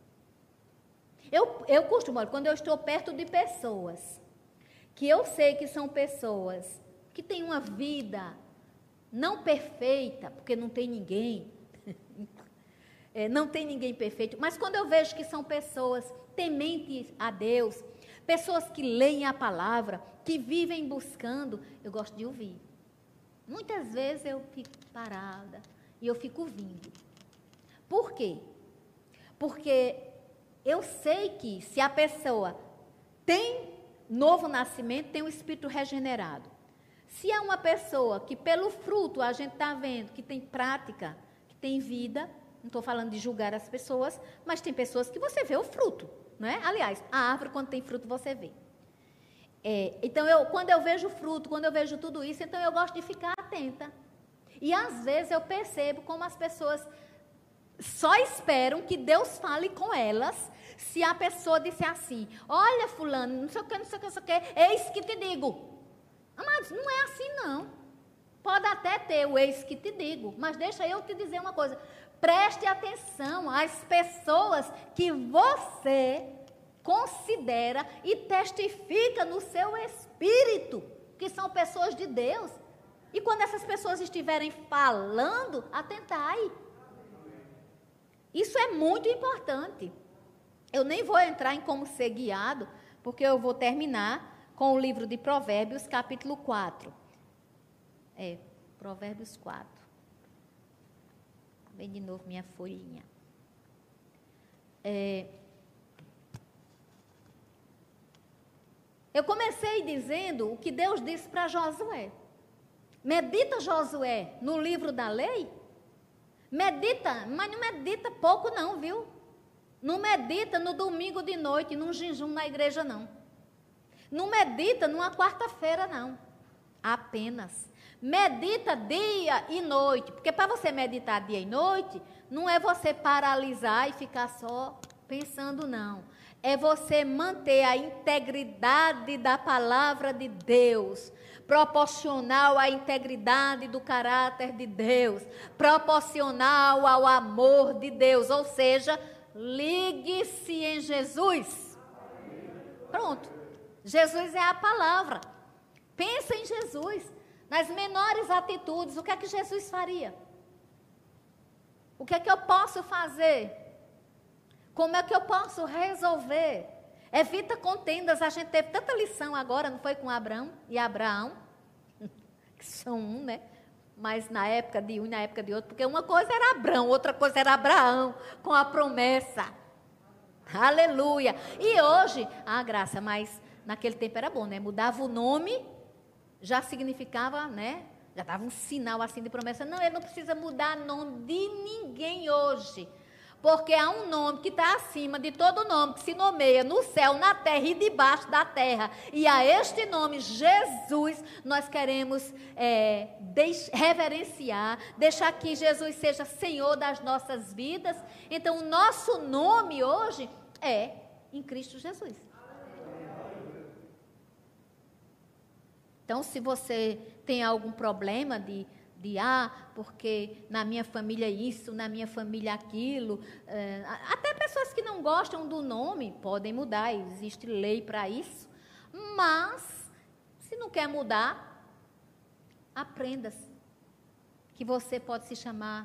Eu, eu costumo, quando eu estou perto de pessoas, que eu sei que são pessoas que têm uma vida não perfeita, porque não tem ninguém, é, não tem ninguém perfeito, mas quando eu vejo que são pessoas tementes a Deus, pessoas que leem a palavra, que vivem buscando, eu gosto de ouvir. Muitas vezes eu fico parada e eu fico ouvindo. Por quê? Porque eu sei que se a pessoa tem novo nascimento, tem um espírito regenerado. Se é uma pessoa que pelo fruto a gente está vendo que tem prática, que tem vida, não estou falando de julgar as pessoas, mas tem pessoas que você vê o fruto, não é? Aliás, a árvore quando tem fruto você vê. É, então, eu, quando eu vejo fruto, quando eu vejo tudo isso, então eu gosto de ficar atenta. E às vezes eu percebo como as pessoas só esperam que Deus fale com elas, se a pessoa disser assim, olha fulano, não sei o que, não sei o que, não sei o que, eis que te digo. Amados, não é assim não. Pode até ter o eis que te digo, mas deixa eu te dizer uma coisa. Preste atenção às pessoas que você considera e testifica no seu espírito, que são pessoas de Deus. E quando essas pessoas estiverem falando, atentai. Isso é muito importante. Eu nem vou entrar em como ser guiado, porque eu vou terminar com o livro de Provérbios, capítulo quatro. É, Provérbios quatro. Vem de novo minha folhinha. É, eu comecei dizendo o que Deus disse para Josué. Medita, Josué, no livro da lei? Medita, mas não medita pouco não, viu? Não medita no domingo de noite, num jejum na igreja, não. Não medita numa quarta-feira, não. Apenas. Medita dia e noite. Porque para você meditar dia e noite, não é você paralisar e ficar só pensando, não. É você manter a integridade da palavra de Deus, proporcional à integridade do caráter de Deus, proporcional ao amor de Deus, ou seja, ligue-se em Jesus. Pronto. Jesus é a palavra. Pensa em Jesus. Nas menores atitudes, o que é que Jesus faria? O que é que eu posso fazer? Como é que eu posso resolver? Evita contendas. A gente teve tanta lição agora, não foi com Abraão e Abraão? Que são um, né? Mas na época de um e na época de outro, porque uma coisa era Abraão, outra coisa era Abraão, com a promessa. Aleluia. E hoje, ah, graça, mas naquele tempo era bom, né? Mudava o nome, já significava, né? Já dava um sinal assim de promessa. Não, ele não precisa mudar nome de ninguém hoje. Porque há um nome que está acima de todo nome, que se nomeia no céu, na terra e debaixo da terra. E a este nome, Jesus, nós queremos é, deix- reverenciar, deixar que Jesus seja Senhor das nossas vidas. Então, o nosso nome hoje é em Cristo Jesus. Então, se você tem algum problema de... de, ah, porque na minha família isso, na minha família aquilo, é, até pessoas que não gostam do nome podem mudar, existe lei para isso, mas, se não quer mudar, aprenda que você pode se chamar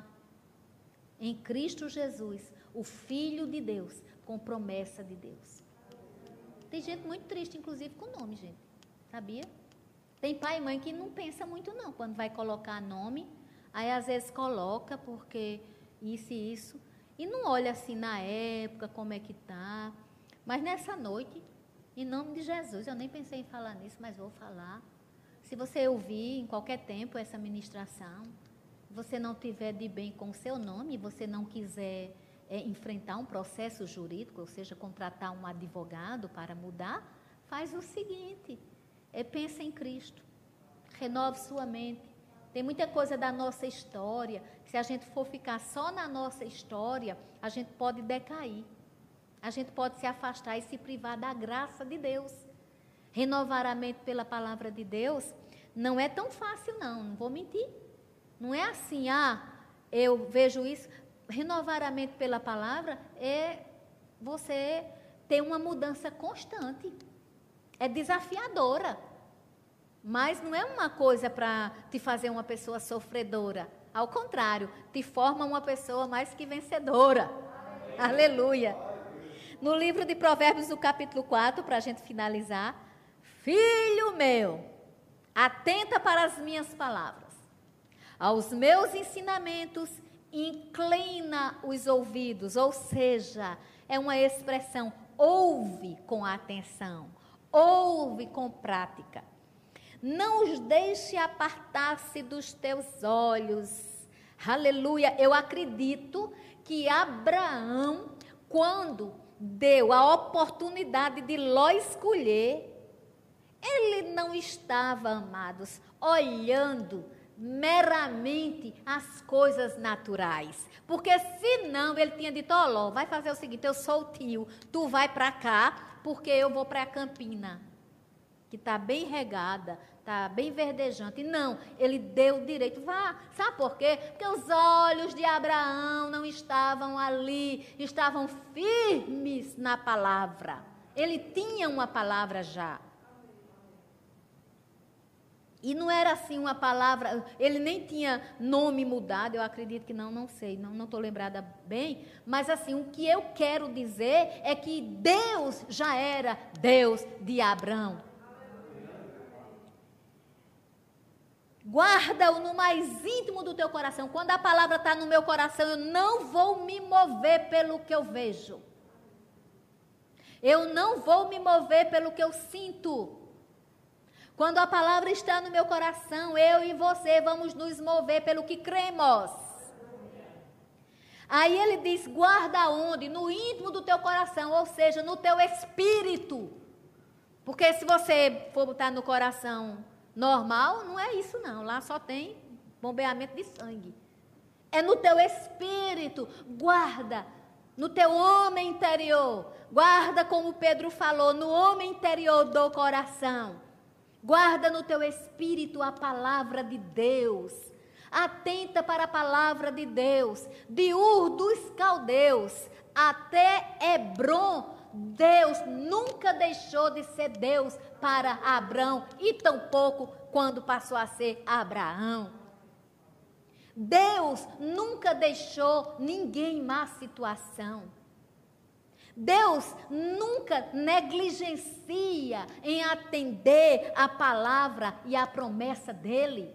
em Cristo Jesus, o Filho de Deus, com promessa de Deus. Tem gente muito triste, inclusive, com o nome, gente, sabia? Tem pai e mãe que não pensa muito não, quando vai colocar nome, aí às vezes coloca porque isso e isso, e não olha assim na época, como é que tá. Mas nessa noite, em nome de Jesus, eu nem pensei em falar nisso, mas vou falar. Se você ouvir em qualquer tempo essa ministração, você não tiver de bem com o seu nome, você não quiser é, enfrentar um processo jurídico, ou seja, contratar um advogado para mudar, faz o seguinte... É, pensa em Cristo, renove sua mente. Tem muita coisa da nossa história, se a gente for ficar só na nossa história, a gente pode decair, a gente pode se afastar e se privar da graça de Deus. Renovar a mente pela palavra de Deus não é tão fácil não, não vou mentir. Não é assim, ah, eu vejo isso. Renovar a mente pela palavra é você ter uma mudança constante. É desafiadora, mas não é uma coisa para te fazer uma pessoa sofredora. Ao contrário, te forma uma pessoa mais que vencedora. Aleluia. No livro de Provérbios, no capítulo quatro, para a gente finalizar. Filho meu, atenta para as minhas palavras. Aos meus ensinamentos, inclina os ouvidos. Ou seja, é uma expressão, ouve com atenção. Ouve com prática. Não os deixe apartar-se dos teus olhos. Aleluia. Eu acredito que Abraão, quando deu a oportunidade de Ló escolher, ele não estava, amados, olhando meramente as coisas naturais. Porque senão ele tinha dito, ó, Ló, vai fazer o seguinte, eu sou o tio, tu vai para cá, porque eu vou para a Campina. que está bem regada, está bem verdejante. Não, ele deu o direito. Vá, sabe por quê? Porque os olhos de Abraão não estavam ali, estavam firmes na palavra. Ele tinha uma palavra já. E não era assim uma palavra, ele nem tinha nome mudado, eu acredito que não, não sei, não estou lembrada bem, mas assim, o que eu quero dizer é que Deus já era Deus de Abraão. Guarda-o no mais íntimo do teu coração. Quando a palavra está no meu coração, eu não vou me mover pelo que eu vejo. Eu não vou me mover pelo que eu sinto. Quando a palavra está no meu coração, eu e você vamos nos mover pelo que cremos. Aí ele diz, guarda onde? No íntimo do teu coração, ou seja, no teu espírito. Porque se você for botar no coração normal, não é isso não. Lá só tem bombeamento de sangue. É no teu espírito. Guarda no teu homem interior. Guarda, como Pedro falou, no homem interior do coração. Guarda no teu espírito a palavra de Deus. Atenta para a palavra de Deus. De Ur dos Caldeus até Hebrom, Deus nunca deixou de ser Deus para Abrão, e tampouco quando passou a ser Abraão. Deus nunca deixou ninguém em má situação. Deus nunca negligencia em atender a palavra e a promessa dele.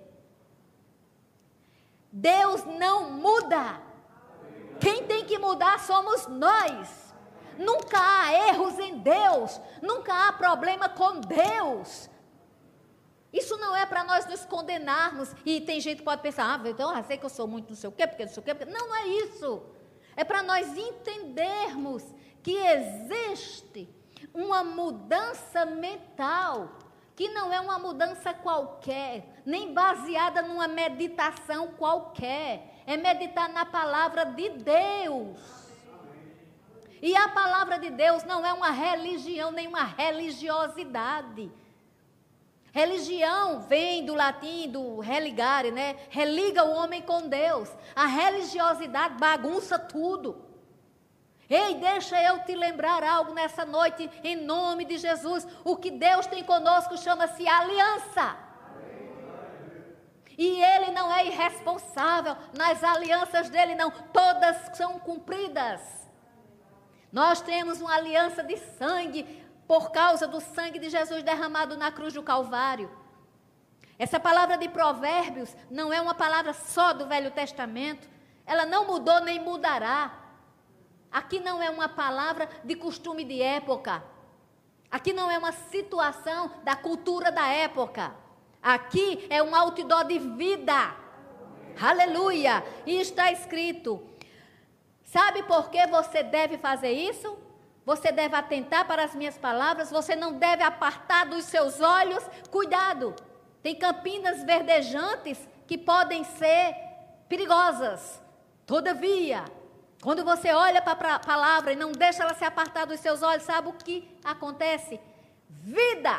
Deus não muda. Quem tem que mudar somos nós. Nunca há erros em Deus. Nunca há problema com Deus. Isso não é para nós nos condenarmos. E tem gente que pode pensar, ah, então eu sei que eu sou muito não sei o quê, porque não sei o quê. Porque... Não, não é isso. É para nós entendermos que existe uma mudança mental, que não é uma mudança qualquer, nem baseada numa meditação qualquer, é meditar na palavra de Deus. E a palavra de Deus não é uma religião, nem uma religiosidade. Religião vem do latim, do religare, né? Religa o homem com Deus. A religiosidade bagunça tudo. Ei, deixa eu te lembrar algo nessa noite, em nome de Jesus. O que Deus tem conosco chama-se aliança. E Ele não é irresponsável, nas alianças dele não, todas são cumpridas. Nós temos uma aliança de sangue, por causa do sangue de Jesus derramado na cruz do Calvário. Essa palavra de Provérbios não é uma palavra só do Velho Testamento, ela não mudou nem mudará. Aqui não é uma palavra de costume de época. Aqui não é uma situação da cultura da época. Aqui é um outdoor de vida. Aleluia! E está escrito. Sabe por que você deve fazer isso? Você deve atentar para as minhas palavras. Você não deve apartar dos seus olhos. Cuidado! Tem campinas verdejantes que podem ser perigosas. Todavia, quando você olha para a palavra e não deixa ela se apartar dos seus olhos, sabe o que acontece? Vida.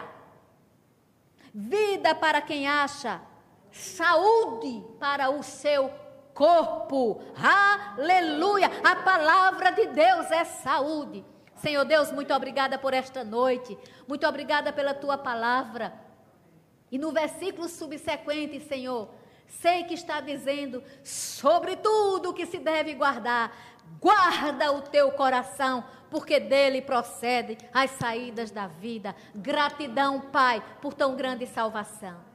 Vida para quem acha. Saúde para o seu corpo. Aleluia. A palavra de Deus é saúde. Senhor Deus, muito obrigada por esta noite. Muito obrigada pela tua palavra. E no versículo subsequente, Senhor, sei que está dizendo, sobre tudo que se deve guardar, guarda o teu coração, porque dele procede as saídas da vida. Gratidão, Pai, por tão grande salvação.